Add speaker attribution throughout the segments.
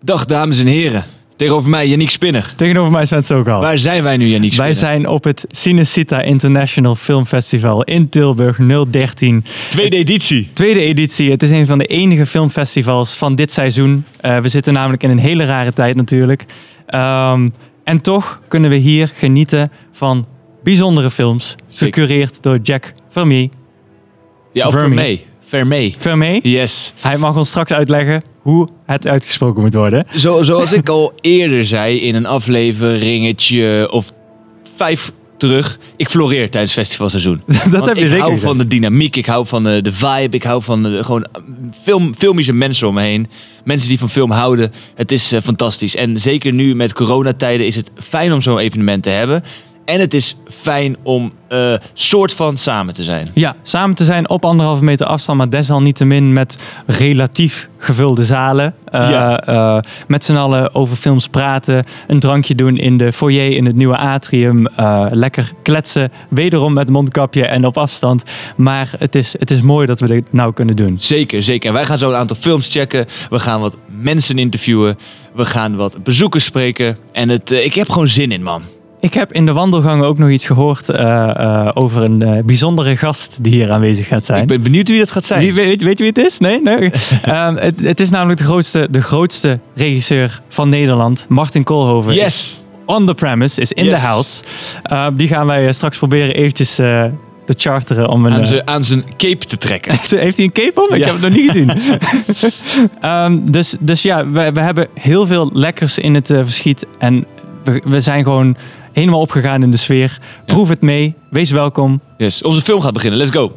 Speaker 1: Dag dames en heren. Tegenover mij Yannick Spinner.
Speaker 2: Tegenover mij Sven Sokal.
Speaker 1: Waar zijn wij nu, Yannick Spinner?
Speaker 2: Wij zijn op het Cinecittà International Film Festival in Tilburg 013.
Speaker 1: Tweede editie.
Speaker 2: Tweede editie. Het is een van de enige filmfestivals van dit seizoen. We zitten namelijk in een hele rare tijd natuurlijk. En toch kunnen we hier genieten van bijzondere films. Gecureerd door Jack Vermeer.
Speaker 1: Ja, of Vermeer.
Speaker 2: Vermeer?
Speaker 1: Yes.
Speaker 2: Hij mag ons straks uitleggen hoe het uitgesproken moet worden.
Speaker 1: Zoals ik al eerder zei in een afleveringetje of 5 terug. Ik floreer tijdens het festivalseizoen.
Speaker 2: Dat heb je zeker.
Speaker 1: Ik hou van de dynamiek, ik hou van de vibe, ik hou van gewoon filmische mensen om me heen. Mensen die van film houden. Het is fantastisch. En zeker nu met coronatijden is het fijn om zo'n evenement te hebben. En het is fijn om soort van samen te zijn.
Speaker 2: Ja, samen te zijn op 1,5 meter afstand, maar desalniettemin met relatief gevulde zalen. Met z'n allen over films praten, een drankje doen in de foyer in het nieuwe atrium. Lekker kletsen, wederom met mondkapje en op afstand. Maar het is mooi dat we dit nou kunnen doen.
Speaker 1: Zeker, zeker. En wij gaan zo een aantal films checken. We gaan wat mensen interviewen. We gaan wat bezoekers spreken. En ik heb gewoon zin in, man.
Speaker 2: Ik heb in de wandelgangen ook nog iets gehoord over een bijzondere gast die hier aanwezig gaat zijn.
Speaker 1: Ik ben benieuwd wie dat gaat zijn.
Speaker 2: Weet je wie het is? Nee? Het is namelijk de grootste regisseur van Nederland, Martin Koolhoven.
Speaker 1: Yes!
Speaker 2: On the premise, is in the house. Die gaan wij straks proberen eventjes te charteren om
Speaker 1: aan zijn cape te trekken.
Speaker 2: Heeft hij een cape om? Ik heb het nog niet gezien. Dus ja, we hebben heel veel lekkers in het verschiet en we zijn gewoon helemaal opgegaan in de sfeer. Proef het mee. Wees welkom.
Speaker 1: Yes, onze film gaat beginnen. Let's go.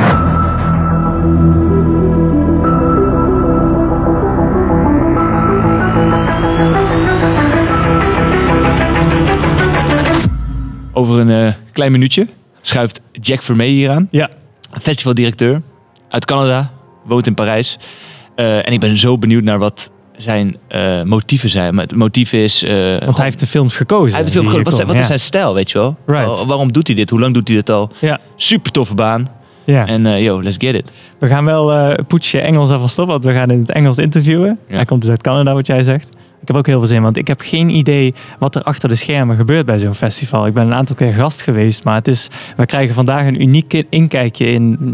Speaker 1: Over een klein minuutje schuift Jack Vermeer hier aan.
Speaker 2: Ja.
Speaker 1: Festivaldirecteur uit Canada. Woont in Parijs. En ik ben zo benieuwd naar wat zijn motieven zijn. Maar het motief is...
Speaker 2: Want hij heeft de films gekozen.
Speaker 1: Hij heeft de film gekozen. Wat is zijn stijl, weet je wel?
Speaker 2: Right.
Speaker 1: Waarom doet hij dit? Hoe lang doet hij dit al?
Speaker 2: Ja.
Speaker 1: Super toffe baan.
Speaker 2: Ja.
Speaker 1: En let's get it.
Speaker 2: We gaan wel poetsje Engels alvast op, want we gaan in het Engels interviewen. Ja. Hij komt dus uit Canada, wat jij zegt. Ik heb ook heel veel zin, want ik heb geen idee wat er achter de schermen gebeurt bij zo'n festival. Ik ben een aantal keer gast geweest, maar we krijgen vandaag een uniek inkijkje in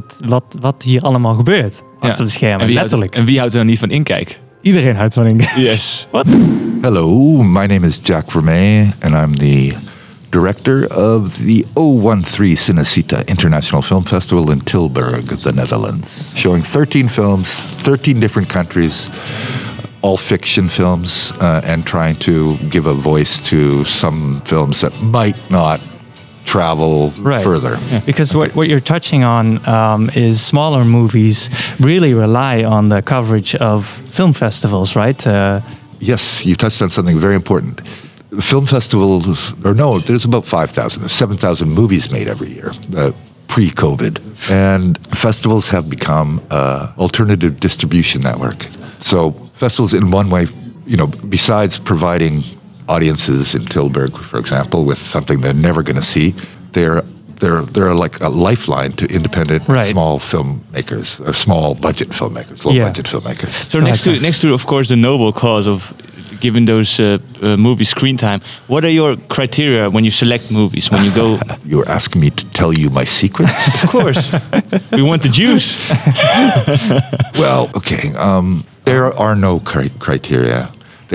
Speaker 2: wat hier allemaal gebeurt. Achter de schermen, letterlijk.
Speaker 1: En wie houdt er nou niet van inkijk?
Speaker 2: Iedereen houdt van inkijk.
Speaker 1: Yes.
Speaker 2: What?
Speaker 3: Hello, my name is Jack Vermeer, and I'm the director of the 013 Cinecittà International Film Festival in Tilburg, the Netherlands. Showing 13 films, 13 different countries, all fiction films, and trying to give a voice to some films that might not travel further.
Speaker 2: Yeah. Because what you're touching on is smaller movies really rely on the coverage of film festivals, right?
Speaker 3: Yes, you touched on something very important. Film festivals, there's about 5,000, 7,000 movies made every year, pre-COVID. And festivals have become an alternative distribution network. So festivals in one way, besides providing audiences in Tilburg, for example, with something they're never going to see, they're like a lifeline to independent small filmmakers, or small budget filmmakers, low budget filmmakers.
Speaker 1: So next to of course the noble cause of giving those movies screen time, what are your criteria when you select movies? When you go,
Speaker 3: you're asking me to tell you my secrets?
Speaker 1: Of course, we want the juice.
Speaker 3: Well, okay. There are no criteria.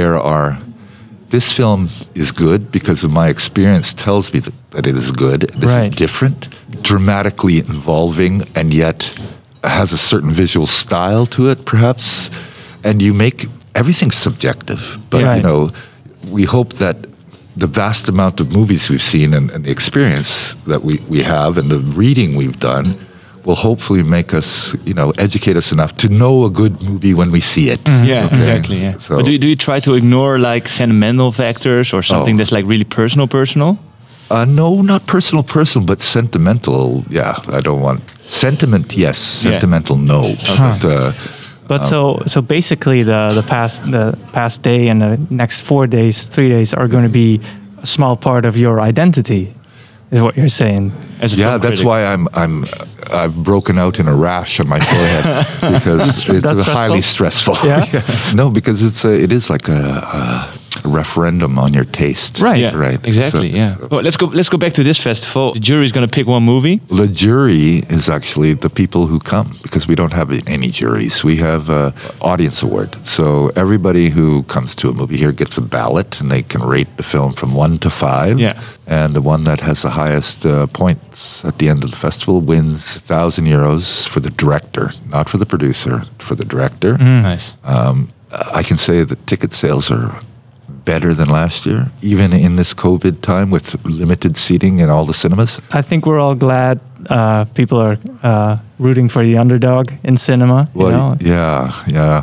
Speaker 3: This film is good because of my experience tells me that it is good. This is different, dramatically involving, and yet has a certain visual style to it, perhaps. And you make everything subjective. But, we hope that the vast amount of movies we've seen and the experience that we have and the reading we've done will hopefully make us, educate us enough to know a good movie when we see it.
Speaker 1: Mm-hmm. Yeah, exactly. Yeah. So, but do you try to ignore like sentimental factors or something that's like really personal?
Speaker 3: No, not personal, but sentimental. Yeah, I don't want sentiment. Yes, sentimental. No. Okay.
Speaker 2: But so basically, the past day and the next 3 days are going to be a small part of your identity. is what you're saying.
Speaker 1: As a
Speaker 3: Yeah,
Speaker 1: film
Speaker 3: that's
Speaker 1: critic.
Speaker 3: why I've broken out in a rash on my forehead because it's
Speaker 2: That's
Speaker 3: highly stressful.
Speaker 2: Yeah?
Speaker 3: Yes. No, because it is like a referendum on your taste.
Speaker 2: Right.
Speaker 1: Yeah,
Speaker 3: Right.
Speaker 1: exactly.
Speaker 3: So-
Speaker 1: Yeah. Well, let's go back to this festival. The jury is going to pick one movie.
Speaker 3: The jury is actually the people who come because we don't have any juries. We have an audience award. So everybody who comes to a movie here gets a ballot and they can rate the film from 1 to 5.
Speaker 1: Yeah.
Speaker 3: And the one that has the highest points at the end of the festival wins €1,000 for the director, not for the producer, for the director.
Speaker 1: Nice.
Speaker 3: I can say that ticket sales are better than last year, even in this COVID time with limited seating in all the cinemas.
Speaker 2: I think we're all glad people are rooting for the underdog in cinema.
Speaker 3: Well,
Speaker 2: you know?
Speaker 3: yeah.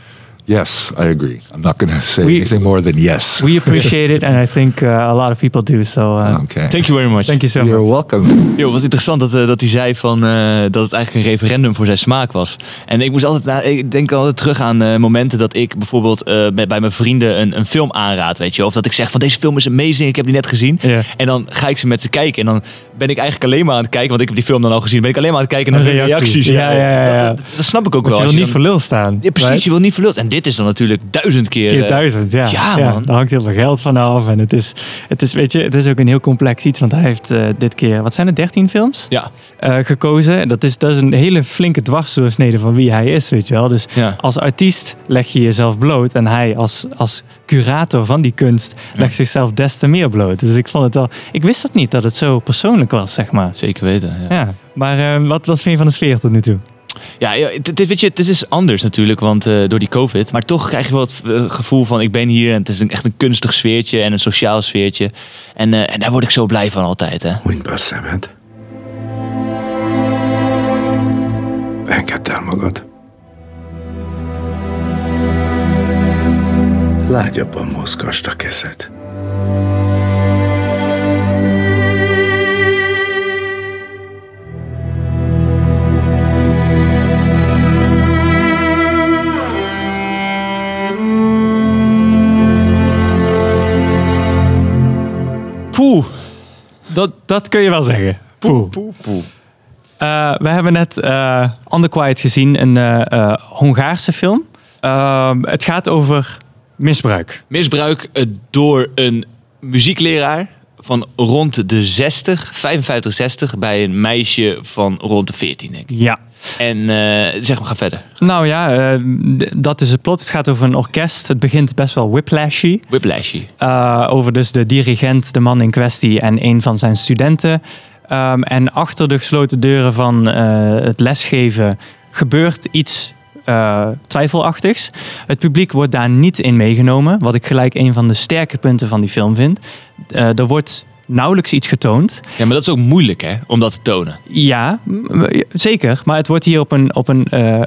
Speaker 3: Yes, I agree. I'm not going to say
Speaker 2: We-
Speaker 3: anything more than yes.
Speaker 2: We appreciate it, and I think a lot of people do. So
Speaker 3: Okay.
Speaker 1: Thank you very much.
Speaker 2: thank you so
Speaker 3: You're
Speaker 2: much.
Speaker 3: welcome.
Speaker 1: Yo, wat interessant dat hij zei van, dat het eigenlijk een referendum voor zijn smaak was. En ik moest altijd, ik denk altijd terug aan momenten dat ik bijvoorbeeld bij mijn vrienden een film aanraad, weet je wel. Of dat ik zeg van deze film is amazing, ik heb die net gezien.
Speaker 2: Ja.
Speaker 1: En dan ga ik ze met ze kijken en dan ben ik eigenlijk alleen maar aan het kijken, want ik heb die film dan al gezien, ben ik alleen maar aan het kijken naar de reacties.
Speaker 2: Ja.
Speaker 1: Dat snap ik ook
Speaker 2: Want
Speaker 1: wel.
Speaker 2: je wil
Speaker 1: Als
Speaker 2: niet voor lul staan.
Speaker 1: Ja, precies,
Speaker 2: right?
Speaker 1: je wil niet verluld. En dit is dan natuurlijk 1000 keer...
Speaker 2: Keer 1000, ja.
Speaker 1: Ja, man.
Speaker 2: Daar hangt heel veel geld van af. En het is, weet je, het is ook een heel complex iets. Want hij heeft dit keer, wat zijn het, 13 films
Speaker 1: Ja,
Speaker 2: gekozen. Dat is een hele flinke dwarsdoorsnede van wie hij is, weet je wel. Dus
Speaker 1: Ja.
Speaker 2: als artiest leg je jezelf bloot. En hij als curator van die kunst legt zichzelf des te meer bloot. Dus ik vond het wel... Ik wist het niet dat het zo persoonlijk was, zeg maar.
Speaker 1: zeker weten. Ja.
Speaker 2: Ja, maar wat vind je van de sfeer tot nu toe?
Speaker 1: Ja, weet je, het is anders natuurlijk, want door die COVID. Maar toch krijg je wel het gevoel van ik ben hier en het is echt een kunstig sfeertje en een sociaal sfeertje. En daar word ik zo blij van altijd, hè.
Speaker 4: Úgy szemed. Engedd el magad. Lágyabban mozgasd a kezed.
Speaker 1: Poeh.
Speaker 2: Dat kun je wel zeggen. Poeh. We hebben net On the Quiet gezien, een Hongaarse film. Het gaat over misbruik.
Speaker 1: Misbruik door een muziekleraar van rond de 55, 60 bij een meisje van rond de 14, denk ik.
Speaker 2: Ja.
Speaker 1: En zeg maar, ga verder.
Speaker 2: Nou ja, dat is het plot. Het gaat over een orkest. Het begint best wel whiplashy.
Speaker 1: Whiplashy.
Speaker 2: Over dus de dirigent, de man in kwestie en een van zijn studenten. En achter de gesloten deuren van het lesgeven gebeurt iets twijfelachtigs. Het publiek wordt daar niet in meegenomen, wat ik gelijk een van de sterke punten van die film vind. Er wordt nauwelijks iets getoond.
Speaker 1: Ja, maar dat is ook moeilijk, hè, om dat te tonen.
Speaker 2: Ja, zeker. Maar het wordt hier op een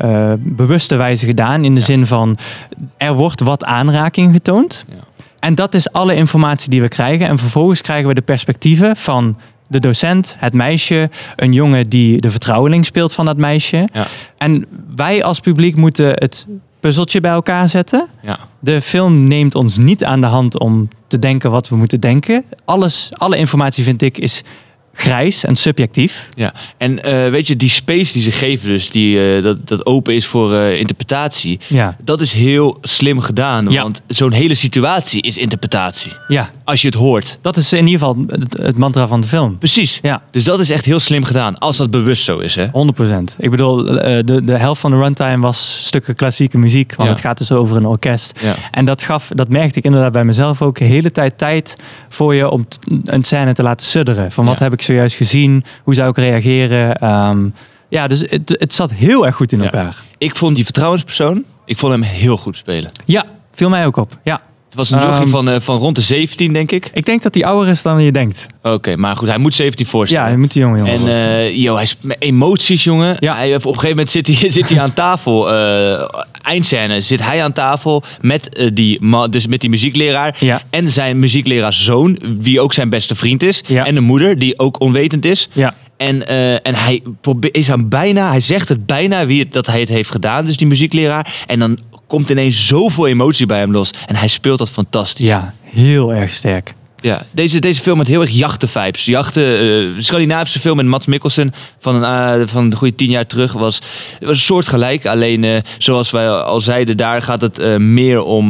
Speaker 2: bewuste wijze gedaan. In de zin van, er wordt wat aanraking getoond.
Speaker 1: Ja.
Speaker 2: En dat is alle informatie die we krijgen. En vervolgens krijgen we de perspectieven van de docent, het meisje, een jongen die de vertrouweling speelt van dat meisje.
Speaker 1: Ja.
Speaker 2: En wij als publiek moeten het puzzeltje bij elkaar zetten.
Speaker 1: Ja.
Speaker 2: De film neemt ons niet aan de hand om te denken wat we moeten denken. Alle informatie, vind ik, is grijs en subjectief.
Speaker 1: Ja, en weet je, die space die ze geven, dus dat open is voor interpretatie,
Speaker 2: Ja.
Speaker 1: dat is heel slim gedaan.
Speaker 2: Ja.
Speaker 1: Want zo'n hele situatie is interpretatie.
Speaker 2: Ja,
Speaker 1: Als je het hoort.
Speaker 2: dat is in ieder geval het mantra van de film.
Speaker 1: Precies.
Speaker 2: Ja.
Speaker 1: Dus dat is echt heel slim gedaan, als dat bewust zo is, hè?
Speaker 2: 100%. Ik bedoel, de helft van de runtime was stukken klassieke muziek. Want
Speaker 1: Ja.
Speaker 2: het gaat dus over een orkest.
Speaker 1: Ja.
Speaker 2: En dat merkte ik inderdaad bij mezelf ook. De hele tijd voor je om een scène te laten sudderen. Van wat
Speaker 1: Ja.
Speaker 2: heb ik zojuist gezien? Hoe zou ik reageren? Ja, dus het zat heel erg goed in
Speaker 1: Ja.
Speaker 2: elkaar.
Speaker 1: Ik vond die vertrouwenspersoon, ik vond hem heel goed spelen.
Speaker 2: Ja, viel mij ook op. Ja.
Speaker 1: Het was een jochie van rond de 17, denk ik.
Speaker 2: Ik denk dat hij ouder is dan je denkt.
Speaker 1: Oké, maar goed, hij moet 17 voorstellen.
Speaker 2: Ja, je moet die jongen
Speaker 1: En
Speaker 2: voorstellen.
Speaker 1: hij is met emoties, jongen.
Speaker 2: Ja.
Speaker 1: Hij, op een gegeven moment zit hij aan tafel. Eindscène zit hij aan tafel met met die muziekleraar.
Speaker 2: Ja.
Speaker 1: En zijn muziekleraarzoon, wie ook zijn beste vriend is.
Speaker 2: Ja.
Speaker 1: En de moeder, die ook onwetend is.
Speaker 2: Ja.
Speaker 1: En hij is aan bijna, hij zegt het bijna dat hij het heeft gedaan, dus die muziekleraar. En dan komt ineens zoveel emotie bij hem los. En hij speelt dat fantastisch.
Speaker 2: Ja, heel erg sterk.
Speaker 1: Ja, deze film had heel erg jachtenvibes. Scandinavische film met Mads Mikkelsen van de goede 10 jaar terug was soortgelijk. Alleen, zoals wij al zeiden, daar gaat het meer om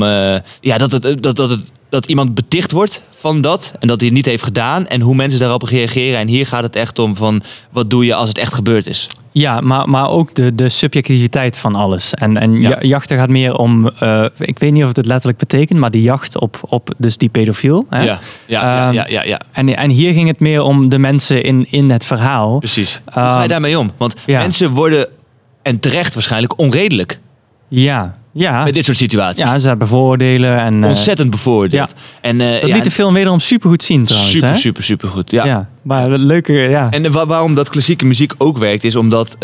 Speaker 1: dat iemand beticht wordt van dat. En dat hij het niet heeft gedaan. En hoe mensen daarop reageren. En hier gaat het echt om van, wat doe je als het echt gebeurd is?
Speaker 2: Ja, maar ook de subjectiviteit van alles. En jachten gaat meer om, ik weet niet of het letterlijk betekent, maar die jacht op dus die pedofiel. Hè?
Speaker 1: Ja.
Speaker 2: En hier ging het meer om de mensen in het verhaal.
Speaker 1: Precies. Hoe ga je daarmee om? Want mensen worden, en terecht waarschijnlijk, onredelijk.
Speaker 2: Ja.
Speaker 1: Met dit soort situaties.
Speaker 2: Ja, ze bevoordelen. En,
Speaker 1: ontzettend bevoordeeld.
Speaker 2: Ja.
Speaker 1: En,
Speaker 2: dat liet de film wederom supergoed zien trouwens.
Speaker 1: Super goed. Ja.
Speaker 2: Maar leuke, ja.
Speaker 1: En waarom dat klassieke muziek ook werkt, is omdat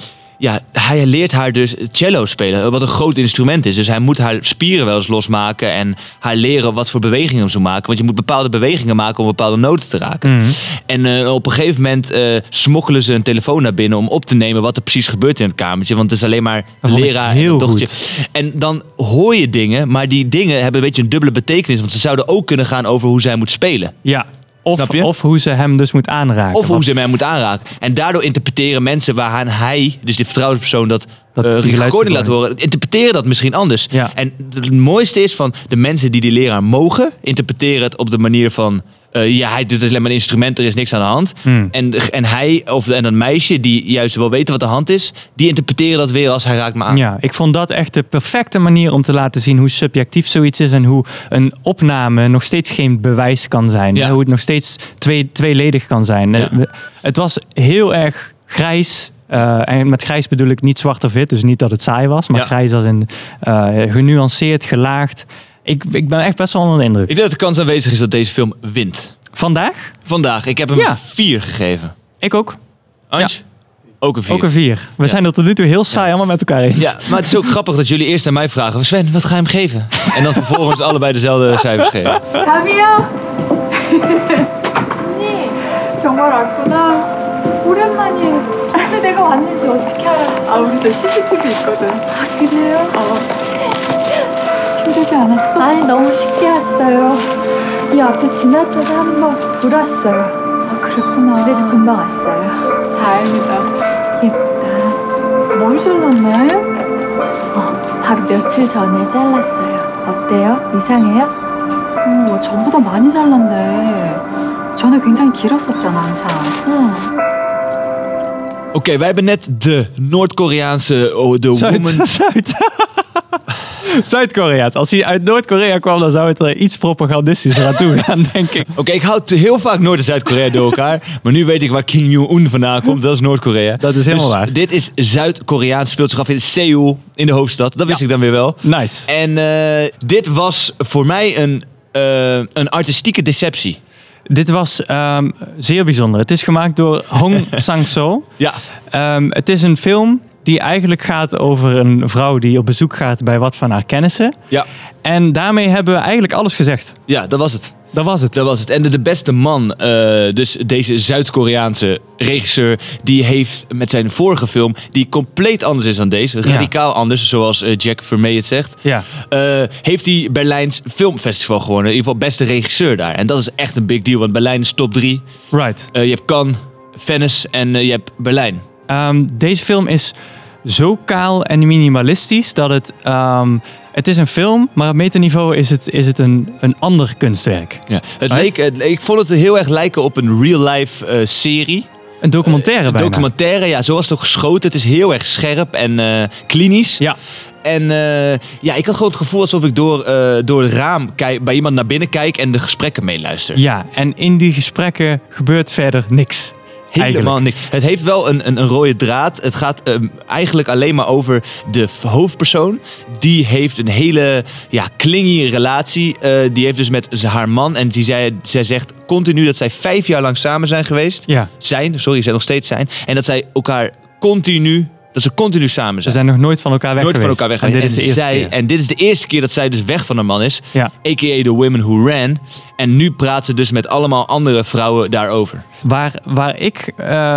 Speaker 1: hij leert haar dus cello spelen, wat een groot instrument is. Dus hij moet haar spieren wel eens losmaken en haar leren wat voor bewegingen ze maken. Want je moet bepaalde bewegingen maken om bepaalde noten te raken. Mm-hmm. En op een gegeven moment smokkelen ze een telefoon naar binnen om op te nemen wat er precies gebeurt in het kamertje. Want het is alleen maar de leraar en het dochtertje. En dan hoor je dingen, maar die dingen hebben een beetje een dubbele betekenis. Want ze zouden ook kunnen gaan over hoe zij moet spelen.
Speaker 2: Ja. Of hoe ze hem dus moet aanraken.
Speaker 1: Hoe ze hem moet aanraken. En daardoor interpreteren mensen waaraan hij, dus de vertrouwenspersoon, dat recording laat horen, interpreteren dat misschien anders. Ja. En het mooiste is van de mensen die leraar mogen, interpreteren het op de manier van, hij doet alleen maar een instrument, er is niks aan de hand. En hij, en dat meisje, die juist wel weten wat de hand is, die interpreteren dat weer als hij raakt me aan.
Speaker 2: Ja, ik vond dat echt de perfecte manier om te laten zien hoe subjectief zoiets is en hoe een opname nog steeds geen bewijs kan zijn. Ja. Hoe het nog steeds tweeledig kan zijn. Ja. Het was heel erg grijs. En met grijs bedoel ik niet zwart of wit, dus niet dat het saai was, maar grijs als in genuanceerd, gelaagd. Ik ben echt best wel onder de indruk.
Speaker 1: Ik denk dat de kans aanwezig is dat deze film wint.
Speaker 2: Vandaag?
Speaker 1: Vandaag. Ik heb hem 4 gegeven.
Speaker 2: Ik ook.
Speaker 1: Antje? Ja. Ook een 4.
Speaker 2: Ook een 4. We zijn er tot nu toe heel saai allemaal met elkaar eens.
Speaker 1: Ja, maar het is ook grappig dat jullie eerst naar mij vragen. Sven, wat ga je hem geven? En dan vervolgens allebei dezelfde cijfers geven.
Speaker 5: 담이요? 언니, 정말 왔구나. 오랜만이에요. 근데 내가 왔는지 어떻게 알았어? 아, 우리 저 CCTV 있거든. 아, 그래요? 힘들지 않았어? 아니, 너무 쉽게 왔어요. 이 앞에 지나쳐서 한번 돌았어요. 아, 그랬구나. 그래도 금방 왔어요. 다행이다. 예쁘다. 뭘 잘랐네? 바로 며칠 전에 잘랐어요. 어때요? 이상해요? 전부 다 많이 잘랐네. 전에 굉장히 길었었잖아, 항상.
Speaker 1: Oké, wij hebben net de Noord-Koreaanse woman...
Speaker 2: Zuid-Koreaans. Als hij uit Noord-Korea kwam, dan zou het er iets propagandistischer aan toe gaan, denk ik.
Speaker 1: Oké, ik houd heel vaak Noord- en Zuid-Korea door elkaar. Maar nu weet ik waar Kim Jong-un vandaan komt. Dat is Noord-Korea.
Speaker 2: Dat is helemaal waar.
Speaker 1: Dit is Zuid-Koreaans. Speelt zich af in Seoul, in de hoofdstad. Dat wist ik dan weer wel.
Speaker 2: Nice.
Speaker 1: En dit was voor mij een artistieke deceptie.
Speaker 2: Dit was zeer bijzonder. Het is gemaakt door Hong Sang-soo.
Speaker 1: Ja.
Speaker 2: Het is een film die eigenlijk gaat over een vrouw die op bezoek gaat bij wat van haar kennissen.
Speaker 1: Ja.
Speaker 2: En daarmee hebben we eigenlijk alles gezegd.
Speaker 1: Ja, dat was het.
Speaker 2: Dat was het.
Speaker 1: Dat was het. En de beste man, dus deze Zuid-Koreaanse regisseur, die heeft met zijn vorige film, die compleet anders is dan deze, radicaal anders, zoals Jack Vermee het zegt, heeft hij Berlijns Filmfestival gewonnen. In ieder geval beste regisseur daar. En dat is echt een big deal, want Berlijn is top 3.
Speaker 2: Right.
Speaker 1: Je hebt Cannes, Venice en je hebt Berlijn.
Speaker 2: Deze film is zo kaal en minimalistisch dat het... Het is een film, maar op metaniveau is het een ander kunstwerk. Ja,
Speaker 1: ik vond het heel erg lijken op een real-life serie.
Speaker 2: Een documentaire bijna.
Speaker 1: Een documentaire, ja, zo was het ook geschoten. Het is heel erg scherp en klinisch. Ja. En ik had gewoon het gevoel alsof ik door het raam bij iemand naar binnen kijk en de gesprekken meeluister.
Speaker 2: Ja, en in die gesprekken gebeurt verder niks.
Speaker 1: Helemaal niks. Het heeft wel een rode draad. Het gaat eigenlijk alleen maar over de hoofdpersoon. Die heeft een hele clingy relatie. Die heeft dus met haar man. En zij zegt continu dat zij 5 jaar lang samen zijn geweest. Ja. Zij nog steeds zijn. En dat zij elkaar continu samen zijn.
Speaker 2: Ze zijn nog nooit van elkaar weg geweest.
Speaker 1: En dit is de eerste keer dat zij dus weg van haar man is. Ja. A.k.a. The Women Who Ran. En nu praat ze dus met allemaal andere vrouwen daarover.
Speaker 2: Waar ik...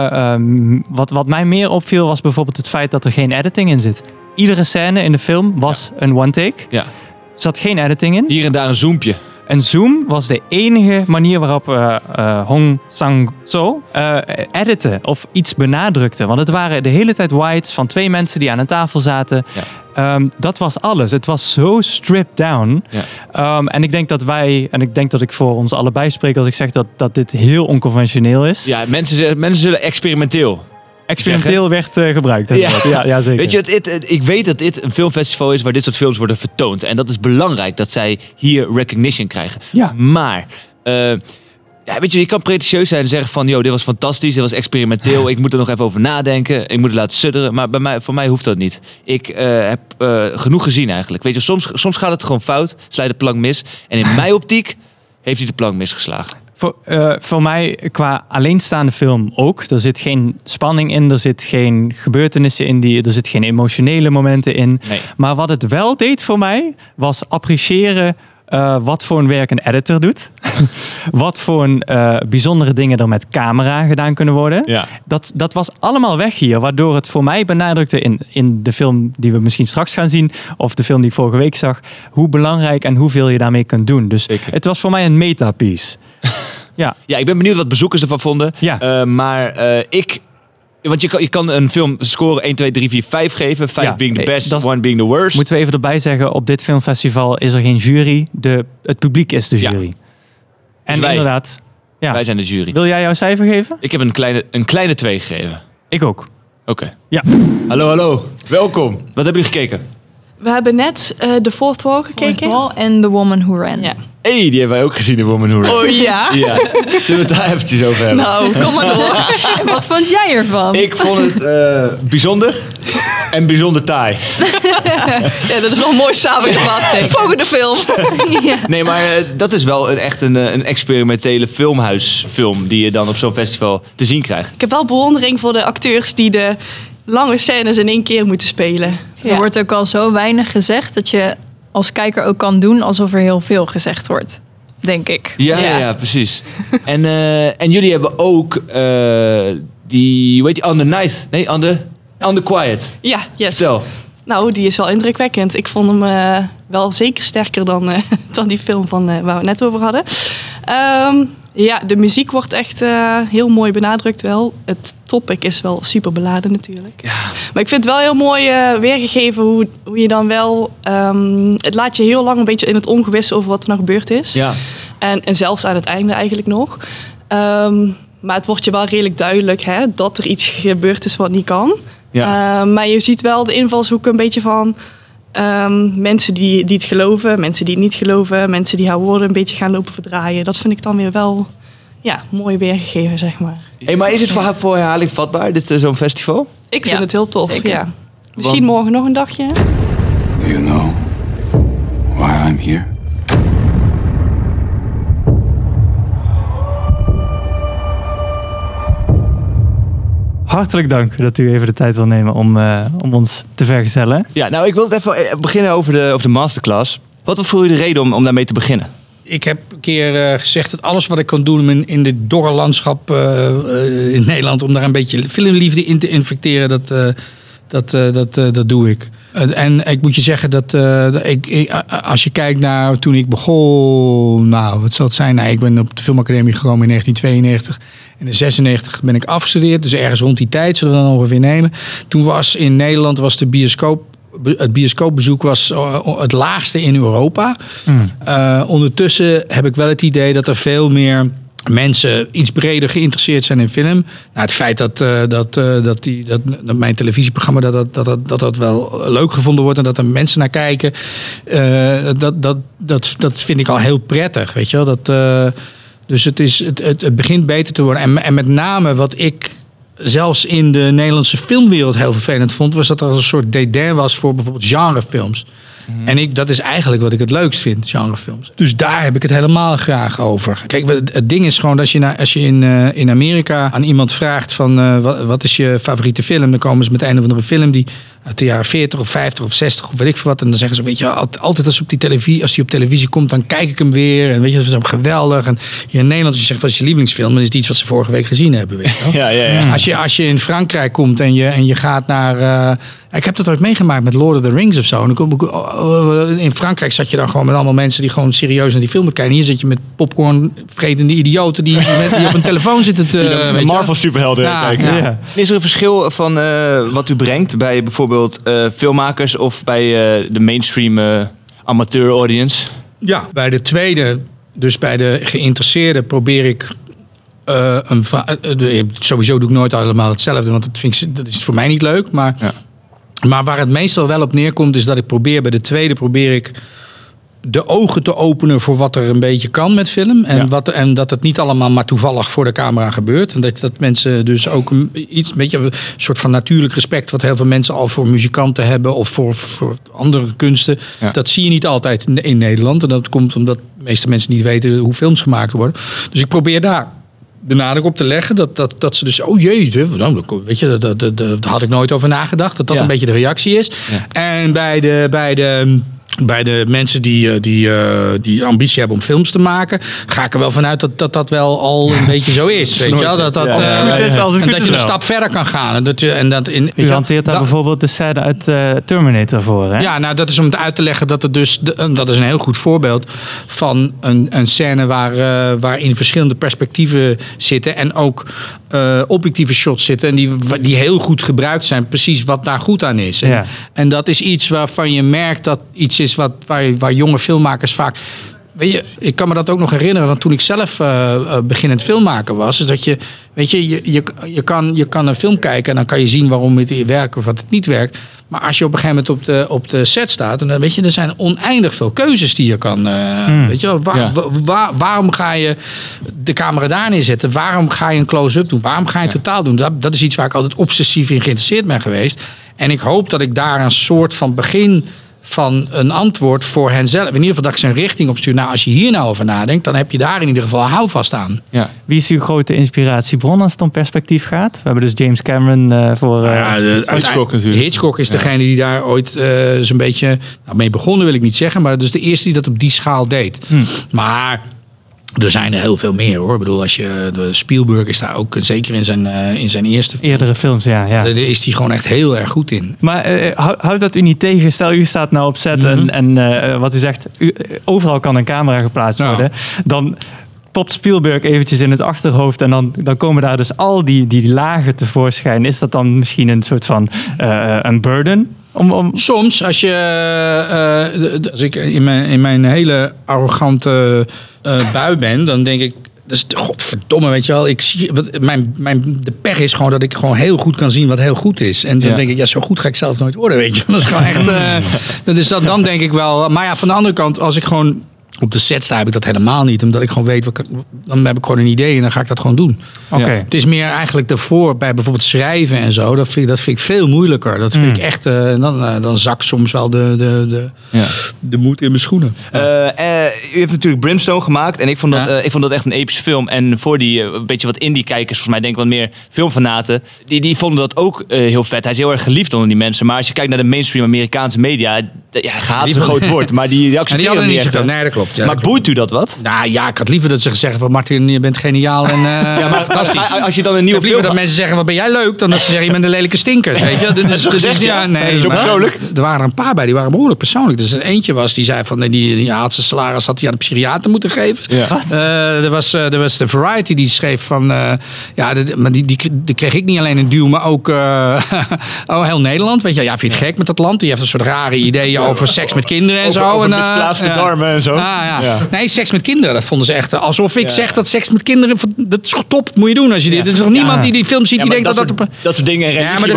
Speaker 2: wat mij meer opviel was bijvoorbeeld het feit dat er geen editing in zit. Iedere scène in de film was een one take. Ja. Er zat geen editing in.
Speaker 1: Hier en daar een zoompje.
Speaker 2: En zoom was de enige manier waarop Hong Sang-soo editen of iets benadrukte. Want het waren de hele tijd whites van 2 mensen die aan een tafel zaten. Ja. Dat was alles. Het was zo stripped down. Ja. En ik denk dat ik voor ons allebei spreek als ik zeg dat dit heel onconventioneel is.
Speaker 1: Ja, mensen zullen experimenteel
Speaker 2: werd gebruikt. Ja, zeker.
Speaker 1: Weet je, ik weet dat dit een filmfestival is waar dit soort films worden vertoond. En dat is belangrijk dat zij hier recognition krijgen. Ja. Maar, weet je kan pretentieus zijn en zeggen van, dit was fantastisch, dit was experimenteel. Ik moet er nog even over nadenken. Ik moet het laten sudderen. Maar voor mij hoeft dat niet. Ik heb genoeg gezien eigenlijk. Weet je, soms gaat het gewoon fout. Slijt de plank mis. En in mijn optiek heeft hij de plank misgeslagen.
Speaker 2: Voor mij qua alleenstaande film ook. Er zit geen spanning in, er zit geen gebeurtenissen in, er zit geen emotionele momenten in. Nee. Maar wat het wel deed voor mij, was appreciëren wat voor een werk een editor doet. Wat voor een bijzondere dingen er met camera gedaan kunnen worden. Ja. Dat was allemaal weg hier, waardoor het voor mij benadrukte in de film die we misschien straks gaan zien, of de film die ik vorige week zag, hoe belangrijk en hoeveel je daarmee kunt doen. Dus het was voor mij een metapiece.
Speaker 1: Ja, ik ben benieuwd wat bezoekers ervan vonden. Ja. Want je kan een film scoren 1, 2, 3, 4, 5 geven. 5 being the best, 1 being the worst.
Speaker 2: Moeten we even erbij zeggen, op dit filmfestival is er geen jury. Het publiek is de jury. Ja. En dus inderdaad... Ja.
Speaker 1: Wij zijn de jury.
Speaker 2: Wil jij jouw cijfer geven?
Speaker 1: Ik heb een kleine 2 gegeven.
Speaker 2: Ik ook.
Speaker 1: Oké.
Speaker 2: Ja.
Speaker 1: Hallo. Welkom. Wat hebben jullie gekeken?
Speaker 6: We hebben net The Fourth Wall gekeken.
Speaker 5: En The Woman Who Ran.
Speaker 6: Ja.
Speaker 1: Die hebben wij ook gezien, The Woman Who Ran.
Speaker 6: Oh ja?
Speaker 1: Ja. Zullen we het daar eventjes over hebben?
Speaker 6: Nou, kom maar door.
Speaker 5: En wat vond jij ervan?
Speaker 1: Ik vond het bijzonder en bijzonder taai.
Speaker 6: Ja, dat is wel mooi samengevat. Volgende film.
Speaker 5: Ja.
Speaker 1: Nee, maar dat is wel echt een experimentele filmhuisfilm die je dan op zo'n festival te zien krijgt.
Speaker 6: Ik heb wel bewondering voor de acteurs die de lange scènes in 1 keer moeten spelen.
Speaker 5: Ja. Er wordt ook al zo weinig gezegd dat je als kijker ook kan doen alsof er heel veel gezegd wordt. Denk ik.
Speaker 1: Ja, precies. En jullie hebben ook die, hoe heet die, On the Night? Nee, On the Quiet.
Speaker 6: Ja, yes.
Speaker 1: Vertel.
Speaker 6: Nou, die is wel indrukwekkend. Ik vond hem wel zeker sterker dan die film van waar we het net over hadden. Ja, de muziek wordt echt heel mooi benadrukt wel. Het topic is wel super beladen natuurlijk. Ja. Maar ik vind het wel heel mooi weergegeven hoe je dan wel... het laat je heel lang een beetje in het ongewis over wat er nou gebeurd is. Ja. En zelfs aan het einde eigenlijk nog. Maar het wordt je wel redelijk duidelijk dat er iets gebeurd is wat niet kan. Ja. Maar je ziet wel de invalshoek een beetje van... mensen die het geloven, mensen die het niet geloven, mensen die haar woorden een beetje gaan lopen verdraaien. Dat vind ik dan weer wel mooi weergegeven, zeg maar.
Speaker 1: Hey, maar is het voor herhaling vatbaar, zo'n festival?
Speaker 6: Ik vind het heel tof, zeker. Ja. Misschien morgen nog een dagje.
Speaker 4: Do you know why I'm here?
Speaker 2: Hartelijk dank dat u even de tijd wil nemen om ons te vergezellen.
Speaker 1: Ja, nou, ik wil even beginnen over de masterclass. Wat was voor u de reden om daarmee te beginnen?
Speaker 7: Ik heb een keer gezegd dat alles wat ik kan doen in dit dorre landschap in Nederland... om daar een beetje filmliefde in te infecteren, dat doe ik. En ik moet je zeggen dat als je kijkt naar toen ik begon... Nou, wat zal het zijn? Nou, ik ben op de filmacademie gekomen in 1992... En in 1996 ben ik afgestudeerd, dus ergens rond die tijd zullen we dan ongeveer nemen. Toen was in Nederland het bioscoopbezoek was het laagste in Europa. Ondertussen heb ik wel het idee dat er veel meer mensen iets breder geïnteresseerd zijn in film. Nou, het feit dat mijn televisieprogramma dat wel leuk gevonden wordt en dat er mensen naar kijken, dat vind ik al heel prettig, weet je wel. Dus het begint beter te worden. En met name wat ik zelfs in de Nederlandse filmwereld heel vervelend vond... was dat er een soort dédain was voor bijvoorbeeld genrefilms. Mm-hmm. En dat is eigenlijk wat ik het leukst vind, genrefilms. Dus daar heb ik het helemaal graag over. Kijk, het ding is gewoon, als je in Amerika aan iemand vraagt van... wat is je favoriete film? Dan komen ze met een of andere film die uit de jaren 40 of 50 of 60 of weet ik veel wat. En dan zeggen ze, weet je, altijd als hij op televisie komt, dan kijk ik hem weer. En weet je, dat is dan geweldig. En hier in Nederland, als je zegt, wat is je lievelingsfilm? Dan is het iets wat ze vorige week gezien hebben. Weet je wel.
Speaker 1: Ja.
Speaker 7: Als je in Frankrijk komt en je gaat naar... ik heb dat ooit meegemaakt met Lord of the Rings of zo. In Frankrijk zat je dan gewoon met allemaal mensen die gewoon serieus naar die film kijken. Hier zit je met popcorn vretende idioten die op een telefoon zitten te...
Speaker 1: Marvel superhelden kijken.
Speaker 2: Ja.
Speaker 1: Is er een verschil van wat u brengt bij bijvoorbeeld filmmakers of bij de mainstream amateur audience?
Speaker 7: Ja, bij de tweede, dus bij de geïnteresseerden, probeer ik... sowieso doe ik nooit allemaal hetzelfde, want dat is voor mij niet leuk. Maar waar het meestal wel op neerkomt, is dat ik bij de tweede probeer ik de ogen te openen voor wat er een beetje kan met film. En dat het niet allemaal maar toevallig voor de camera gebeurt. En dat mensen dus ook een soort van natuurlijk respect, wat heel veel mensen al voor muzikanten hebben of voor andere kunsten. Ja. Dat zie je niet altijd in Nederland. En dat komt omdat de meeste mensen niet weten hoe films gemaakt worden. Dus ik probeer daar de nadruk op te leggen dat ze dus, oh jee, weet je, daar had ik nooit over nagedacht. Dat een beetje de reactie is. Ja. En bij de mensen die ambitie hebben om films te maken, ga ik er wel vanuit dat wel al een beetje zo is. Weet je wel? Dat je een stap verder kan gaan.
Speaker 2: U hanteert daar bijvoorbeeld de scène uit Terminator voor. Hè?
Speaker 7: Ja, nou dat is om het uit te leggen dat het dus, dat is een heel goed voorbeeld van een scène waarin verschillende perspectieven zitten en ook objectieve shots zitten en die heel goed gebruikt zijn, precies wat daar goed aan is. En dat is iets waarvan je merkt dat iets is waar jonge filmmakers vaak... Weet je, ik kan me dat ook nog herinneren, want toen ik zelf beginnend filmmaker was, is dat je kan een film kijken en dan kan je zien waarom het werkt of wat het niet werkt. Maar als je op een gegeven moment op de set staat, dan weet je, er zijn oneindig veel keuzes die je kan. Weet je, waarom ga je de camera daar neerzetten? Waarom ga je een close-up doen? Waarom ga je totaal doen? Dat is iets waar ik altijd obsessief in geïnteresseerd ben geweest. En ik hoop dat ik daar een soort van begin van een antwoord voor henzelf. In ieder geval dat ik ze een richting opstuur. Nou, als je hier nou over nadenkt, dan heb je daar in ieder geval houvast aan. Ja.
Speaker 2: Wie is uw grote inspiratiebron als het om perspectief gaat? We hebben dus James Cameron voor...
Speaker 1: Hitchcock natuurlijk.
Speaker 7: Hitchcock is degene die daar ooit zo'n beetje mee begonnen, wil ik niet zeggen. Maar dat is de eerste die dat op die schaal deed. Maar er zijn er heel veel meer, hoor. Ik bedoel, Spielberg is daar ook, zeker in zijn eerste film,
Speaker 2: eerdere films, ja.
Speaker 7: Daar is hij gewoon echt heel erg goed in.
Speaker 2: Maar houdt dat u niet tegen? Stel, u staat nou op set en wat u zegt, overal kan een camera geplaatst worden. Dan popt Spielberg eventjes in het achterhoofd en dan komen daar dus al die lagen tevoorschijn. Is dat dan misschien een soort van een burden?
Speaker 7: Soms, als ik in mijn hele arrogante bui ben, dan denk ik, dat is godverdomme, weet je wel. Ik zie, de pech is gewoon dat ik gewoon heel goed kan zien wat heel goed is. En dan denk ik, zo goed ga ik zelf nooit worden, weet je. Dat is gewoon echt. Dan denk ik wel. Maar ja, van de andere kant, als ik gewoon op de set sta, heb ik dat helemaal niet. Omdat ik gewoon weet, dan heb ik gewoon een idee en dan ga ik dat gewoon doen.
Speaker 2: Okay.
Speaker 7: Het is meer eigenlijk daarvoor, bij bijvoorbeeld schrijven en zo, dat vind ik veel moeilijker. Dat vind ik echt, dan zakt soms wel de moed in mijn schoenen.
Speaker 1: U heeft natuurlijk Brimstone gemaakt en ik vond dat echt een epische film. En voor die een beetje wat indie-kijkers, volgens mij denk ik wat meer filmfanaten, die vonden dat ook heel vet. Hij is heel erg geliefd onder die mensen. Maar als je kijkt naar de mainstream Amerikaanse media, gaat is een groot woord, maar die accepteren het niet echt.
Speaker 7: Nee, dat klopt. Ja,
Speaker 1: maar boeit u dat wat?
Speaker 7: Nou ja, ik had liever dat ze zeggen van Martin, je bent geniaal en
Speaker 1: maar als je dan een nieuwe film...
Speaker 7: dat mensen zeggen, wat ben jij leuk, dan dat ze zeggen, je bent een lelijke stinker. Weet je? Nee,
Speaker 1: zo persoonlijk.
Speaker 7: Er waren er een paar bij, die waren behoorlijk persoonlijk. Dus er eentje was, die zei van, die had zijn salaris had hij aan de psychiater moeten geven. Ja. Er was de Variety, die schreef van, maar die kreeg ik niet alleen een duw, maar ook heel Nederland. Weet je, vind je het gek met dat land? Die heeft een soort rare ideeën over seks met kinderen en zo.
Speaker 1: Over misplaatste darmen en zo.
Speaker 7: Nee, seks met kinderen, dat vonden ze echt alsof ik zeg dat seks met kinderen, dat is top, moet je doen als je dit. Er is nog niemand die film ziet die denkt
Speaker 1: dat soort dingen.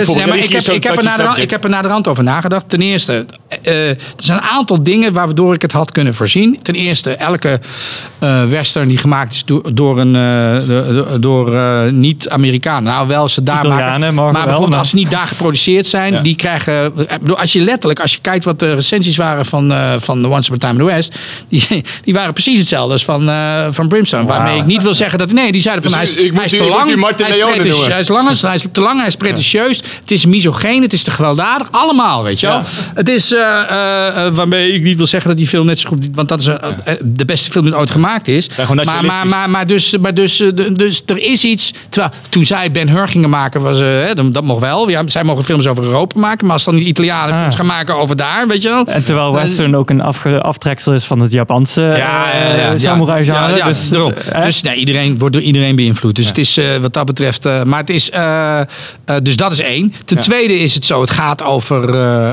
Speaker 7: Ik heb er naderhand over nagedacht. Ten eerste, er zijn een aantal dingen waardoor ik het had kunnen voorzien. Ten eerste, elke western die gemaakt is door niet-Amerikanen. Nou, wel ze daar
Speaker 2: Italianen,
Speaker 7: maken. Maar bijvoorbeeld als ze niet daar geproduceerd zijn, die krijgen... Als je kijkt wat de recensies waren van The Once Upon a Time in the West, die waren precies hetzelfde als van Brimstone.
Speaker 2: Wow.
Speaker 7: Waarmee ik niet wil zeggen dat... Nee, die zeiden van
Speaker 1: Dus
Speaker 7: hij is te lang. Hij is te lang, hij is pretentieus. Het is misogeen, het is te gewelddadig. Allemaal, weet je wel.
Speaker 1: Ja.
Speaker 7: Het is waarmee ik niet wil zeggen dat die film net zo goed... Want dat is de beste film die ooit gemaakt is.
Speaker 1: Ja, gewoon nationalistisch.
Speaker 7: Maar dus er is iets... Terwijl, toen zij Ben-Hur gingen maken, was, dat mocht wel. Ja, zij mogen films over Europa maken. Maar als dan die Italianen films gaan maken over daar, weet je wel.
Speaker 2: En terwijl western ook een aftreksel is van het Japanse samurai genre.
Speaker 7: Ja,
Speaker 2: dus
Speaker 7: daarom. Dus nee, iedereen wordt door iedereen beïnvloed. Dus het is wat dat betreft... maar het is... dus dat is 1. Ten tweede is het zo, het gaat over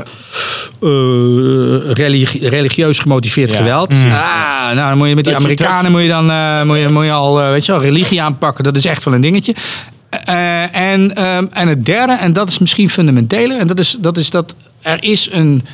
Speaker 7: religieus gemotiveerd geweld. Nou, dan moet je met die Amerikanen moet je al weet je wel, religie aanpakken. Dat is echt wel een dingetje. En het derde, en dat is misschien fundamenteler, en dat is dat er is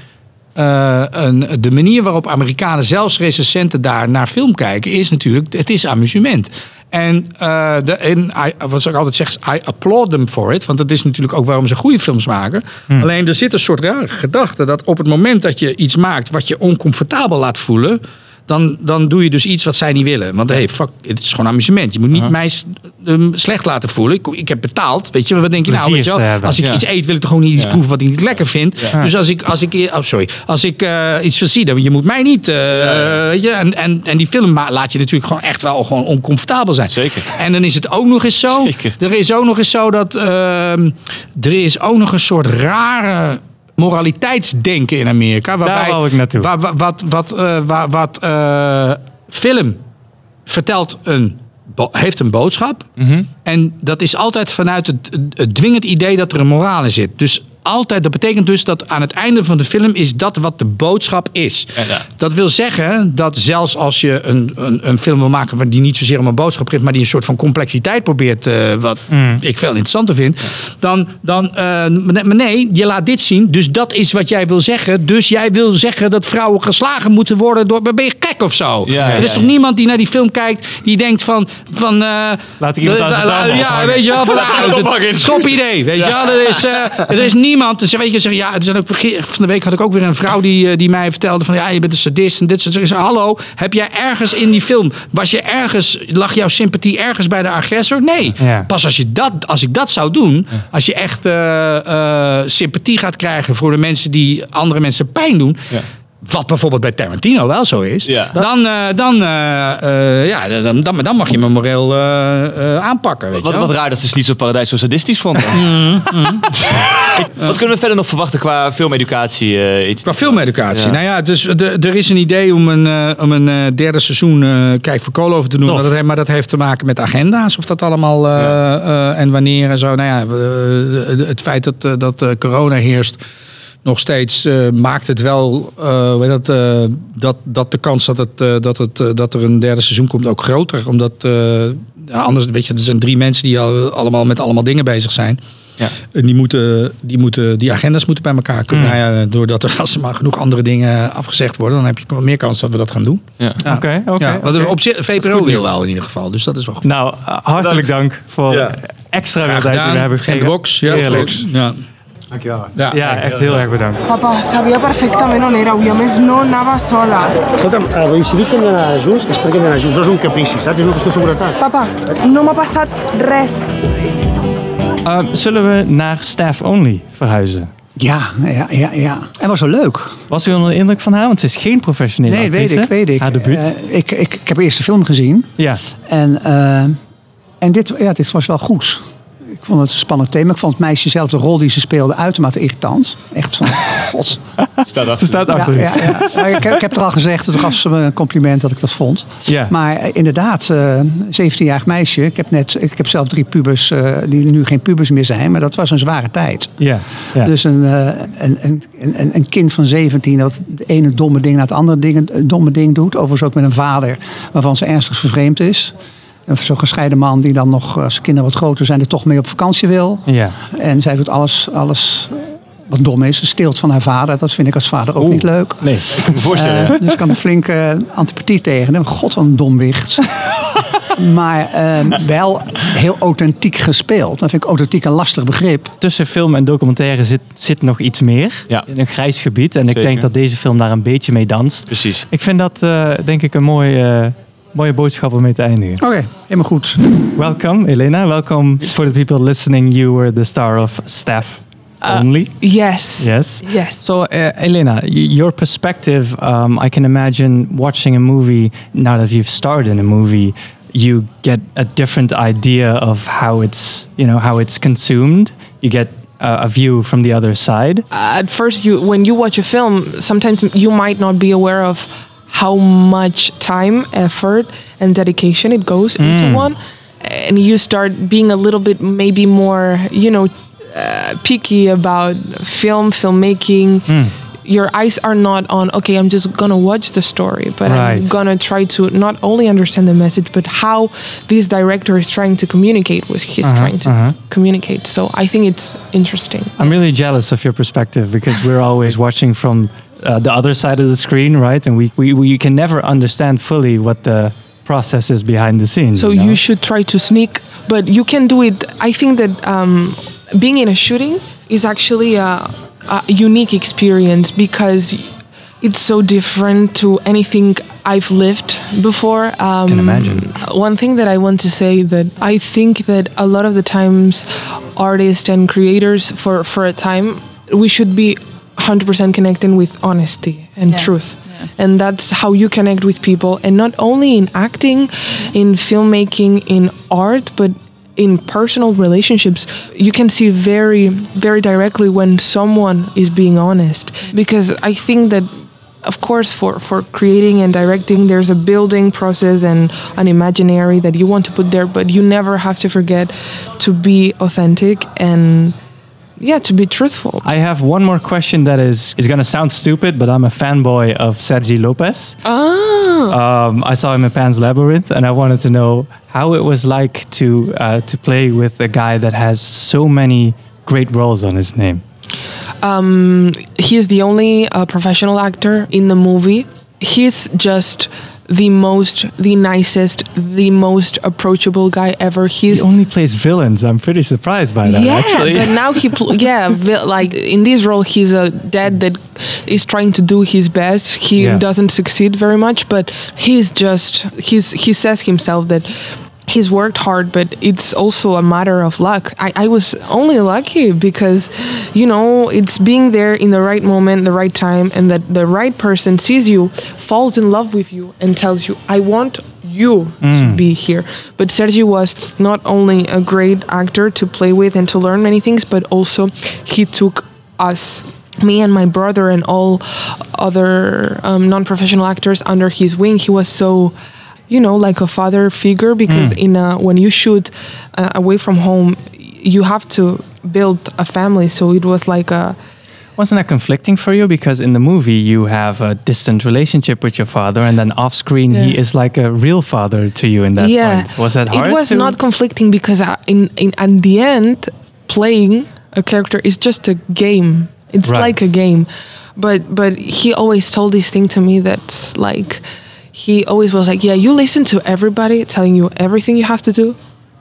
Speaker 7: de manier waarop Amerikanen, zelfs recensenten, daar naar film kijken, is natuurlijk, het is amusement. En wat ik altijd zeg is, I applaud them for it. Want dat is natuurlijk ook waarom ze goede films maken. Alleen er zit een soort rare gedachte dat op het moment dat je iets maakt wat je oncomfortabel laat voelen, dan doe je dus iets wat zij niet willen. Want fuck, het is gewoon amusement. Je moet niet mij slecht laten voelen. Ik heb betaald. Weet je, wat denk je nou? Weet je wel? Als ik iets eet, wil ik toch gewoon niet iets proeven wat ik niet lekker vind. Ja. Dus als ik iets zie, dan je moet mij niet. Weet je, en die film laat je natuurlijk gewoon echt wel gewoon oncomfortabel zijn.
Speaker 1: Zeker.
Speaker 7: En dan is het ook nog eens zo.
Speaker 1: Zeker.
Speaker 7: Er is ook nog eens zo dat er is ook nog een soort rare moraliteitsdenken in Amerika. Waarbij,
Speaker 2: daar wou ik naartoe.
Speaker 7: Wat film vertelt heeft een boodschap. Mm-hmm. En dat is altijd vanuit het dwingend idee dat er een moraal in zit. Dus altijd, dat betekent dus dat aan het einde van de film is dat wat de boodschap is. Ja. Dat wil zeggen dat zelfs als je een film wil maken die niet zozeer om een boodschap geeft, maar die een soort van complexiteit probeert, wat ik veel interessanter vind, maar nee, je laat dit zien, dus dat is wat jij wil zeggen. Dus jij wil zeggen dat vrouwen geslagen moeten worden door, ben je gek of zo? Er is toch niemand die naar die film kijkt, die denkt van
Speaker 2: laat ik iemand
Speaker 7: weet je wel, stop idee, weet je wel, er is niemand. Dus weet je, van de week had ik ook weer een vrouw die mij vertelde van je bent een sadist en dit soort dingen. Hallo, heb jij ergens in die film, lag jouw sympathie ergens bij de agressor? Nee. Ja. Pas als ik dat zou doen, als je echt sympathie gaat krijgen voor de mensen die andere mensen pijn doen. Ja. Wat bijvoorbeeld bij Tarantino wel zo is. Ja. Dan mag je me moreel aanpakken. Weet je
Speaker 1: wat raar dat ze dus niet zo Paradijs zo sadistisch vonden. Wat kunnen we verder nog verwachten qua filmeducatie?
Speaker 7: Qua filmeducatie? Ja. Nou ja, dus er is een idee om een derde seizoen Kijk voor Kool over te doen. Maar dat heeft te maken met agenda's. Of dat allemaal en wanneer en zo. Nou ja, het feit dat corona heerst nog steeds maakt het wel dat de kans dat er een derde seizoen komt ook groter. Omdat anders, weet je, er zijn 3 mensen die allemaal met allemaal dingen bezig zijn. Ja. Die agenda's moeten bij elkaar kunnen. Nou ja, doordat er als er maar genoeg andere dingen afgezegd worden, dan heb je meer kans dat we dat gaan doen.
Speaker 2: Ja. Oké.
Speaker 7: Op VPRO wil wel in ieder geval. Dus dat is wel goed.
Speaker 2: Nou, hartelijk dank voor extra tijd die we hebben gegeven.
Speaker 7: Geen box.
Speaker 2: Heerlijk.
Speaker 7: Ja.
Speaker 2: Dankjewel. Ja, echt heel erg bedankt.
Speaker 8: Papa, sabia perfectament on éreu i a més no anava sola.
Speaker 9: Escolta'm, decidir que hem d'anar junts és perquè hem d'anar junts, no és un caprici, saps? És una qüestió de seguretat.
Speaker 8: Papa, no m'ha passat res.
Speaker 2: Zullen we naar Staff Only verhuizen?
Speaker 10: Ja. En was wel leuk.
Speaker 2: Was u onder de indruk van haar? Want ze is geen professionele actrice.
Speaker 10: Weet ik.
Speaker 2: Haar debuut.
Speaker 10: Ik heb eerst de film gezien.
Speaker 2: Ja.
Speaker 10: En dit was wel goed. Ik vond het een spannend thema. Ik vond het meisje zelf, de rol die ze speelde, uitermate irritant. Echt van, god.
Speaker 2: Ze staat achter u.
Speaker 10: Ja. Ik heb het al gezegd, toen gaf ze me een compliment dat ik dat vond. Ja. Maar inderdaad, 17-jarig meisje. Ik heb zelf 3 pubers die nu geen pubers meer zijn. Maar dat was een zware tijd. Ja. Dus een kind van 17 dat het ene domme ding na het andere domme ding doet. Overigens ook met een vader waarvan ze ernstig vervreemd is. Zo'n gescheiden man die dan nog, als de kinderen wat groter zijn, er toch mee op vakantie wil. Ja. En zij doet alles wat dom is. Ze steelt van haar vader. Dat vind ik als vader ook niet leuk.
Speaker 1: Nee, ik kan me voorstellen.
Speaker 10: Dus ik kan er flink antipathie tegen. God, wat een domwicht. Maar wel heel authentiek gespeeld. Dan vind ik authentiek een lastig begrip.
Speaker 2: Tussen film en documentaire zit nog iets meer.
Speaker 1: Ja.
Speaker 2: In een grijs gebied. En
Speaker 1: Zeker.
Speaker 2: ik denk dat deze film daar een beetje mee danst.
Speaker 1: Precies.
Speaker 2: Ik vind dat denk ik een mooie boodschap om mee te eindigen.
Speaker 10: Oké, helemaal goed.
Speaker 2: Welcome, Elena. Welcome for the people listening. You were the star of Staff Only.
Speaker 8: Yes.
Speaker 2: Yes.
Speaker 8: Yes.
Speaker 2: So, Elena, your perspective, I can imagine watching a movie, now that you've starred in a movie, you get a different idea of how it's consumed. You get a view from the other side.
Speaker 8: At first, when you watch a film, sometimes you might not be aware of how much time, effort, and dedication it goes into one. And you start being a little bit maybe more, picky about filmmaking. Your eyes are not on, okay, I'm just gonna watch the story, but I'm gonna try to not only understand the message, but how this director is trying to communicate what he's trying to communicate. So I think it's interesting.
Speaker 2: I'm really jealous of your perspective because we're always watching from the other side of the screen, right? And we can never understand fully what the process is behind the scenes.
Speaker 8: So you should try to sneak, but you can do it. I think that being in a shooting is actually a unique experience because it's so different to anything I've lived before.
Speaker 2: I can imagine.
Speaker 8: One thing that I want to say that I think that a lot of the times artists and creators for a time, we should be 100% connecting with honesty and truth. Yeah. And that's how you connect with people. And not only in acting, in filmmaking, in art, but in personal relationships, you can see very, very directly when someone is being honest. Because I think that, of course, for creating and directing, there's a building process and an imaginary that you want to put there, but you never have to forget to be authentic and to be truthful.
Speaker 2: I have one more question that is going to sound stupid, but I'm a fanboy of Sergi Lopez. I saw him in Pan's Labyrinth, and I wanted to know how it was like to play with a guy that has so many great roles on his name.
Speaker 8: He is the only professional actor in the movie. He's just the nicest, the most approachable guy ever.
Speaker 2: He only plays villains. I'm pretty surprised by that, actually.
Speaker 8: But now like in this role, he's a dad that is trying to do his best. He doesn't succeed very much, but he says himself that he's worked hard, but it's also a matter of luck. I was only lucky because, it's being there in the right moment, the right time, and that the right person sees you, falls in love with you, and tells you, I want you to be here. But Sergi was not only a great actor to play with and to learn many things, but also he took us, me and my brother and all other non-professional actors under his wing. He was so, like a father figure, because when you shoot away from home, you have to build a family. So it was like a...
Speaker 2: Wasn't that conflicting for you? Because in the movie you have a distant relationship with your father, and then off screen he is like a real father to you in that point. Was that hard?
Speaker 8: It was not conflicting because at the end, playing a character is just a game. It's like a game. But he always told this thing to me that's like... He always was like, you listen to everybody telling you everything you have to do.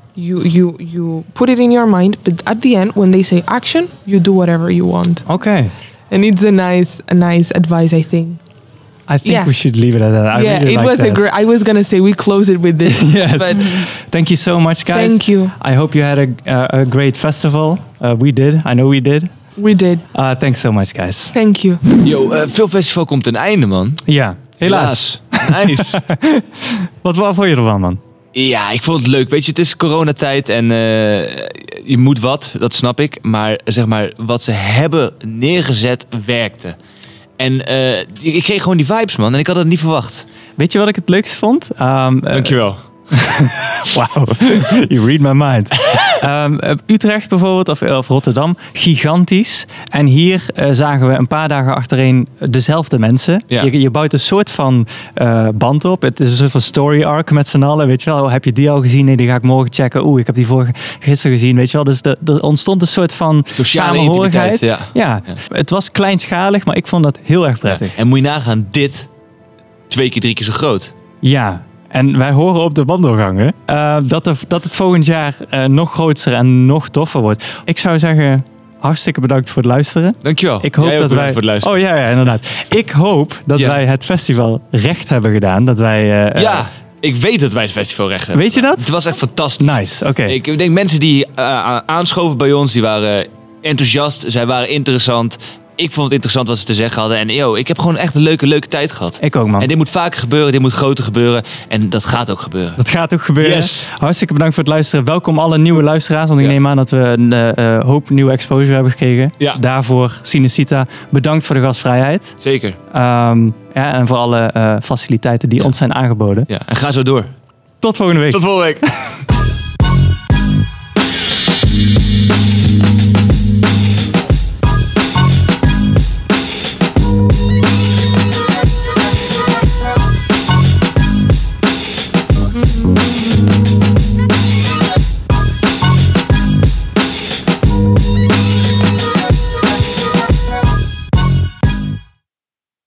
Speaker 8: You put it in your mind, but at the end, when they say action, you do whatever you want.
Speaker 2: Okay.
Speaker 8: And it's a nice advice, I think.
Speaker 2: I think we should leave it at that. I really
Speaker 8: it was a great. I was gonna say we close it with this.
Speaker 2: Yes. But thank you so much, guys.
Speaker 8: Thank you.
Speaker 2: I hope you had a great festival. We did. I know we did.
Speaker 8: We did.
Speaker 2: Thanks so much, guys.
Speaker 8: Thank you.
Speaker 1: Filmfestival komt ten einde, man.
Speaker 2: Ja, helaas.
Speaker 1: Nice.
Speaker 2: Wat vond je ervan, man?
Speaker 1: Ja, ik vond het leuk. Weet je, het is coronatijd en je moet wat, dat snap ik. Maar zeg maar, wat ze hebben neergezet, werkte. En ik kreeg gewoon die vibes, man. En ik had het niet verwacht.
Speaker 2: Weet je wat ik het leukst vond?
Speaker 1: Dankjewel.
Speaker 2: Wauw, you read my mind. Utrecht bijvoorbeeld, of Rotterdam, gigantisch. En hier zagen we een paar dagen achtereen dezelfde mensen. Ja. Je bouwt een soort van band op. Het is een soort van story arc met z'n allen. Weet je wel, heb je die al gezien? Nee, die ga ik morgen checken. Ik heb die gisteren gezien. Weet je wel, dus er ontstond een soort van
Speaker 1: sociale
Speaker 2: samenhorigheid.
Speaker 1: Intimiteit,
Speaker 2: ja. Het was kleinschalig, maar ik vond dat heel erg prettig.
Speaker 1: Ja. En moet je nagaan, dit 2 keer 3 keer zo groot.
Speaker 2: Ja. En wij horen op de wandelgangen dat het volgend jaar nog groter en nog toffer wordt. Ik zou zeggen, hartstikke bedankt voor het luisteren.
Speaker 1: Dankjewel.
Speaker 2: Ik hoop dat wij...
Speaker 1: voor het luisteren.
Speaker 2: Oh ja, inderdaad. Ik hoop dat wij het festival recht hebben gedaan. Dat wij...
Speaker 1: Ik weet dat wij het festival recht hebben.
Speaker 2: Weet je dat?
Speaker 1: Het was echt fantastisch.
Speaker 2: Nice, oké.
Speaker 1: Ik denk mensen die aanschoven bij ons, die waren enthousiast. Zij waren interessant. Ik vond het interessant wat ze te zeggen hadden. En ik heb gewoon echt een leuke tijd gehad.
Speaker 2: Ik ook, man.
Speaker 1: En dit moet vaker gebeuren, dit moet groter gebeuren. En dat gaat ook gebeuren.
Speaker 2: Dat gaat ook gebeuren.
Speaker 1: Yes.
Speaker 2: Hartstikke bedankt voor het luisteren. Welkom alle nieuwe luisteraars. Want ik neem aan dat we een hoop nieuwe exposure hebben gekregen.
Speaker 1: Ja.
Speaker 2: Daarvoor, Cinecita, bedankt voor de gastvrijheid.
Speaker 1: Zeker.
Speaker 2: En voor alle faciliteiten die ons zijn aangeboden.
Speaker 1: Ja, en ga zo door.
Speaker 2: Tot volgende week.
Speaker 1: Tot volgende week.
Speaker 5: Mm-hmm.